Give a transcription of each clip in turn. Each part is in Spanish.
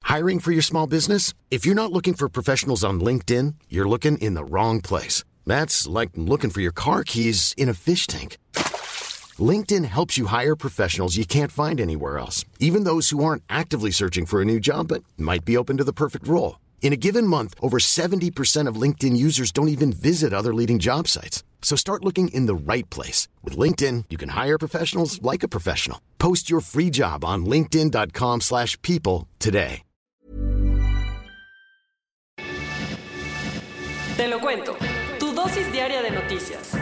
Hiring for your small business? If you're not looking for professionals on LinkedIn, you're looking in the wrong place. That's like looking for your car keys in a fish tank. LinkedIn helps you hire professionals you can't find anywhere else, even those who aren't actively searching for a new job but might be open to the perfect role. In a given month, over 70% of LinkedIn users don't even visit other leading job sites. So start looking in the right place. With LinkedIn, you can hire professionals like a professional. Post your free job on linkedin.com/people today. Te lo cuento. Tu dosis diaria de noticias.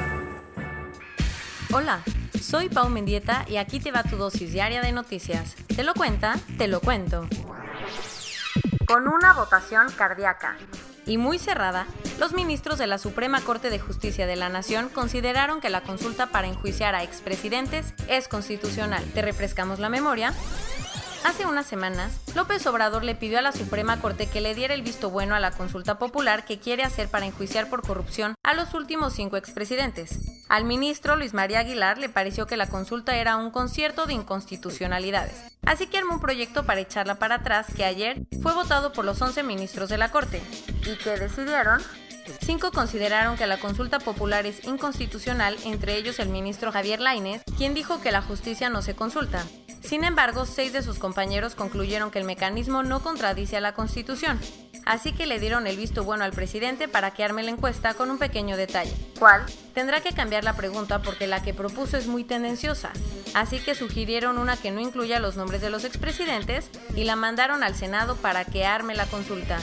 Hola, soy Pau Mendieta y aquí te va tu dosis diaria de noticias. ¿Te lo cuenta? Te lo cuento. Con una votación cardíaca y muy cerrada, los ministros de la Suprema Corte de Justicia de la Nación consideraron que la consulta para enjuiciar a expresidentes es constitucional. ¿Te refrescamos la memoria? Hace unas semanas, López Obrador le pidió a la Suprema Corte que le diera el visto bueno a la consulta popular que quiere hacer para enjuiciar por corrupción a los últimos 5 expresidentes. Al ministro Luis María Aguilar le pareció que la consulta era un concierto de inconstitucionalidades, así que armó un proyecto para echarla para atrás que ayer fue votado por los 11 ministros de la Corte. ¿Y qué decidieron? 5 consideraron que la consulta popular es inconstitucional, entre ellos el ministro Javier Lainez, quien dijo que la justicia no se consulta. Sin embargo, 6 de sus compañeros concluyeron que el mecanismo no contradice a la Constitución, así que le dieron el visto bueno al presidente para que arme la encuesta con un pequeño detalle. ¿Cuál? Tendrá que cambiar la pregunta porque la que propuso es muy tendenciosa, así que sugirieron una que no incluya los nombres de los expresidentes y la mandaron al Senado para que arme la consulta.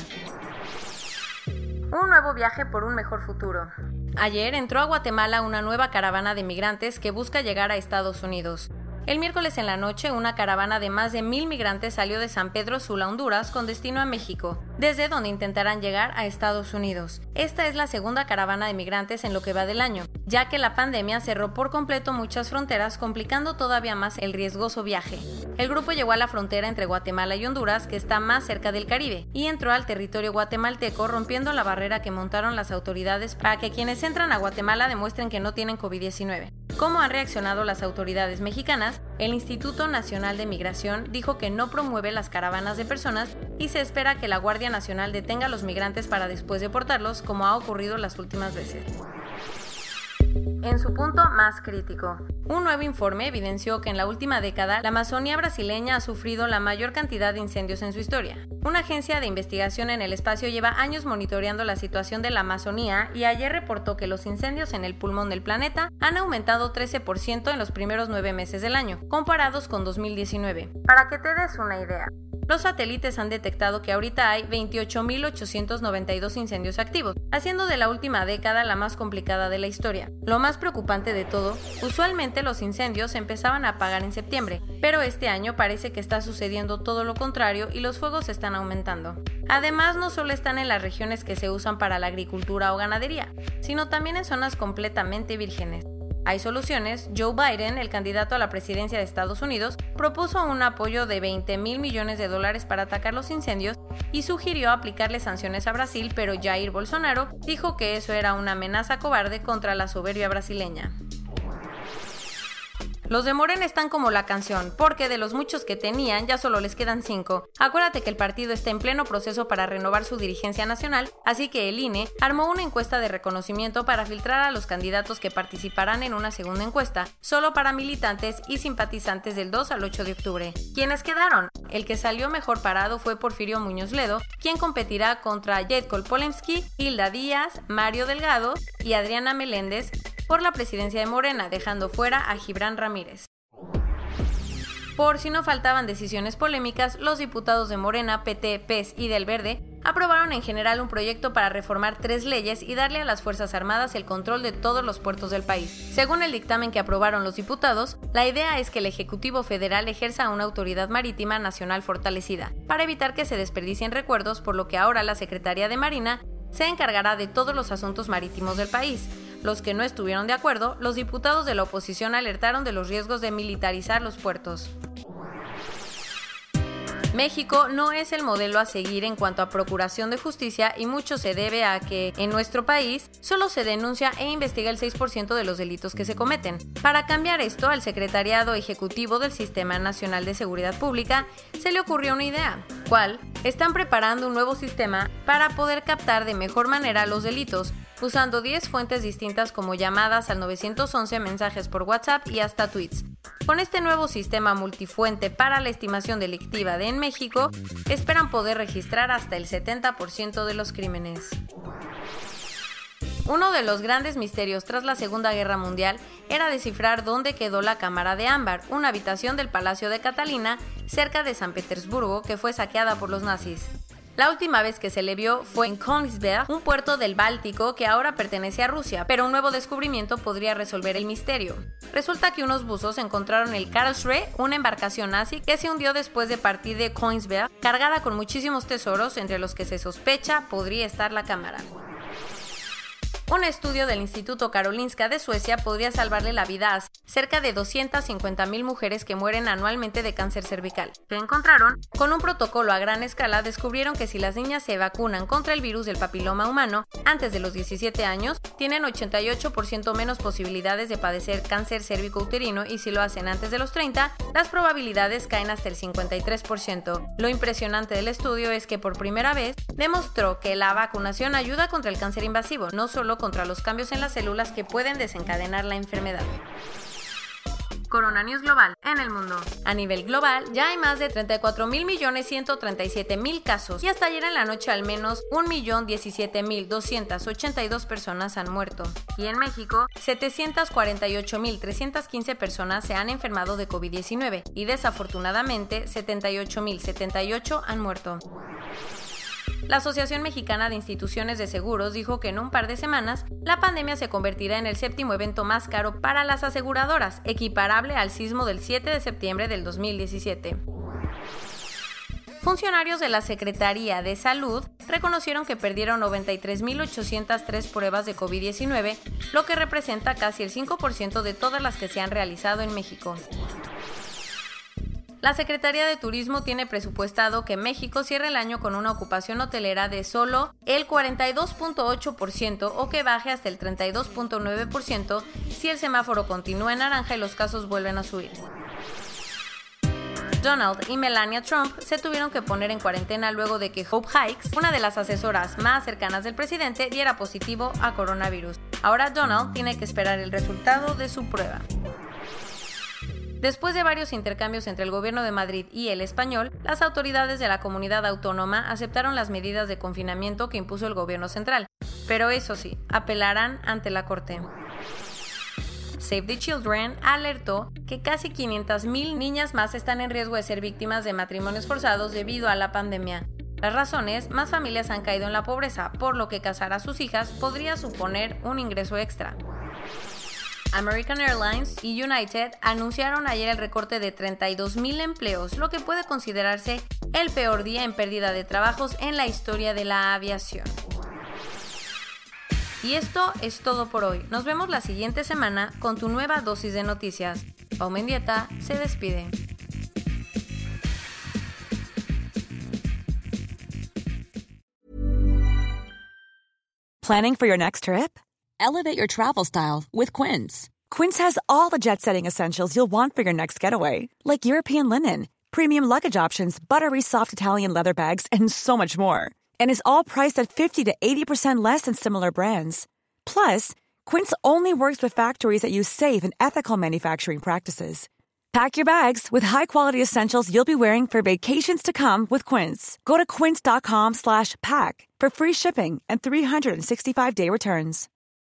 Un nuevo viaje por un mejor futuro. Ayer entró a Guatemala una nueva caravana de migrantes que busca llegar a Estados Unidos. El miércoles en la noche, una caravana de más de 1,000 migrantes salió de San Pedro Sula, Honduras, con destino a México, desde donde intentarán llegar a Estados Unidos. Esta es la segunda caravana de migrantes en lo que va del año, ya que la pandemia cerró por completo muchas fronteras, complicando todavía más el riesgoso viaje. El grupo llegó a la frontera entre Guatemala y Honduras, que está más cerca del Caribe, y entró al territorio guatemalteco rompiendo la barrera que montaron las autoridades para que quienes entran a Guatemala demuestren que no tienen COVID-19. ¿Cómo han reaccionado las autoridades mexicanas? El Instituto Nacional de Migración dijo que no promueve las caravanas de personas y se espera que la Guardia Nacional detenga a los migrantes para después deportarlos, como ha ocurrido las últimas veces. En su punto más crítico. Un nuevo informe evidenció que en la última década la Amazonía brasileña ha sufrido la mayor cantidad de incendios en su historia. Una agencia de investigación en el espacio lleva años monitoreando la situación de la Amazonía y ayer reportó que los incendios en el pulmón del planeta han aumentado 13% en los primeros 9 meses del año, comparados con 2019. Para que te des una idea. Los satélites han detectado que ahorita hay 28.892 incendios activos, haciendo de la última década la más complicada de la historia. Lo más preocupante de todo, usualmente los incendios se empezaban a apagar en septiembre, pero este año parece que está sucediendo todo lo contrario y los fuegos están aumentando. Además, no solo están en las regiones que se usan para la agricultura o ganadería, sino también en zonas completamente vírgenes. Hay soluciones. Joe Biden, el candidato a la presidencia de Estados Unidos, propuso un apoyo de $20,000 millones para atacar los incendios y sugirió aplicarle sanciones a Brasil, pero Jair Bolsonaro dijo que eso era una amenaza cobarde contra la soberbia brasileña. Los de Morena están como la canción, porque de los muchos que tenían ya solo les quedan 5. Acuérdate que el partido está en pleno proceso para renovar su dirigencia nacional, así que el INE armó una encuesta de reconocimiento para filtrar a los candidatos que participarán en una segunda encuesta, solo para militantes y simpatizantes del 2 al 8 de octubre. ¿Quiénes quedaron? El que salió mejor parado fue Porfirio Muñoz Ledo, quien competirá contra Jadko Polemski, Hilda Díaz, Mario Delgado y Adriana Meléndez por la presidencia de Morena, dejando fuera a Gibran Ramírez. Por si no faltaban decisiones polémicas, los diputados de Morena, PT, PES y del Verde aprobaron en general un proyecto para reformar 3 leyes y darle a las Fuerzas Armadas el control de todos los puertos del país. Según el dictamen que aprobaron los diputados, la idea es que el Ejecutivo Federal ejerza una autoridad marítima nacional fortalecida, para evitar que se desperdicien recursos, por lo que ahora la Secretaría de Marina se encargará de todos los asuntos marítimos del país. Los que no estuvieron de acuerdo, los diputados de la oposición alertaron de los riesgos de militarizar los puertos. México no es el modelo a seguir en cuanto a procuración de justicia y mucho se debe a que, en nuestro país, solo se denuncia e investiga el 6% de los delitos que se cometen. Para cambiar esto, al Secretariado Ejecutivo del Sistema Nacional de Seguridad Pública se le ocurrió una idea. ¿Cuál? están preparando un nuevo sistema para poder captar de mejor manera los delitos, usando 10 fuentes distintas como llamadas al 911, mensajes por WhatsApp y hasta tweets. Con este nuevo sistema multifuente para la estimación delictiva en México, esperan poder registrar hasta el 70% de los crímenes. Uno de los grandes misterios tras la Segunda Guerra Mundial era descifrar dónde quedó la cámara de ámbar, una habitación del Palacio de Catalina, cerca de San Petersburgo, que fue saqueada por los nazis. La última vez que se le vio fue en Königsberg, un puerto del Báltico que ahora pertenece a Rusia, pero un nuevo descubrimiento podría resolver el misterio. Resulta que unos buzos encontraron el Karlsruhe, una embarcación nazi que se hundió después de partir de Königsberg, cargada con muchísimos tesoros, entre los que se sospecha podría estar la cámara. Un estudio del Instituto Karolinska de Suecia podría salvarle la vida a cerca de 250,000 mujeres que mueren anualmente de cáncer cervical. ¿Qué encontraron? Con un protocolo a gran escala descubrieron que si las niñas se vacunan contra el virus del papiloma humano antes de los 17 años, tienen 88% menos posibilidades de padecer cáncer cérvico-uterino y si lo hacen antes de los 30, las probabilidades caen hasta el 53%. Lo impresionante del estudio es que por primera vez demostró que la vacunación ayuda contra el cáncer invasivo, no solo contra los cambios en las células que pueden desencadenar la enfermedad. Corona News Global en el mundo. A nivel global, ya hay más de 34,137,000 casos y hasta ayer en la noche al menos 1,017,282 personas han muerto. Y en México, 748,315 personas se han enfermado de COVID-19 y desafortunadamente 78,078 han muerto. La Asociación Mexicana de Instituciones de Seguros dijo que en un par de semanas, la pandemia se convertirá en el 7º evento más caro para las aseguradoras, equiparable al sismo del 7 de septiembre del 2017. Funcionarios de la Secretaría de Salud reconocieron que perdieron 93,803 pruebas de COVID-19, lo que representa casi el 5% de todas las que se han realizado en México. La Secretaría de Turismo tiene presupuestado que México cierre el año con una ocupación hotelera de solo el 42,8% o que baje hasta el 32,9% si el semáforo continúa en naranja y los casos vuelven a subir. Donald y Melania Trump se tuvieron que poner en cuarentena luego de que Hope Hicks, una de las asesoras más cercanas del presidente, diera positivo a coronavirus. Ahora Donald tiene que esperar el resultado de su prueba. Después de varios intercambios entre el gobierno de Madrid y el español, las autoridades de la comunidad autónoma aceptaron las medidas de confinamiento que impuso el gobierno central, pero eso sí, apelarán ante la Corte. Save the Children alertó que casi 500,000 niñas más están en riesgo de ser víctimas de matrimonios forzados debido a la pandemia. Las razones, más familias han caído en la pobreza, por lo que casar a sus hijas podría suponer un ingreso extra. American Airlines y United anunciaron ayer el recorte de 32,000 empleos, lo que puede considerarse el peor día en pérdida de trabajos en la historia de la aviación. Y esto es todo por hoy. Nos vemos la siguiente semana con tu nueva dosis de noticias. Pau Mendieta se despide. Planning for your next trip? Elevate your travel style with Quince. Quince has all the jet-setting essentials you'll want for your next getaway, like European linen, premium luggage options, buttery soft Italian leather bags, and so much more. And is all priced at 50 to 80% less than similar brands. Plus, Quince only works with factories that use safe and ethical manufacturing practices. Pack your bags with high-quality essentials you'll be wearing for vacations to come with Quince. Go to quince.com/pack for free shipping and 365-day returns.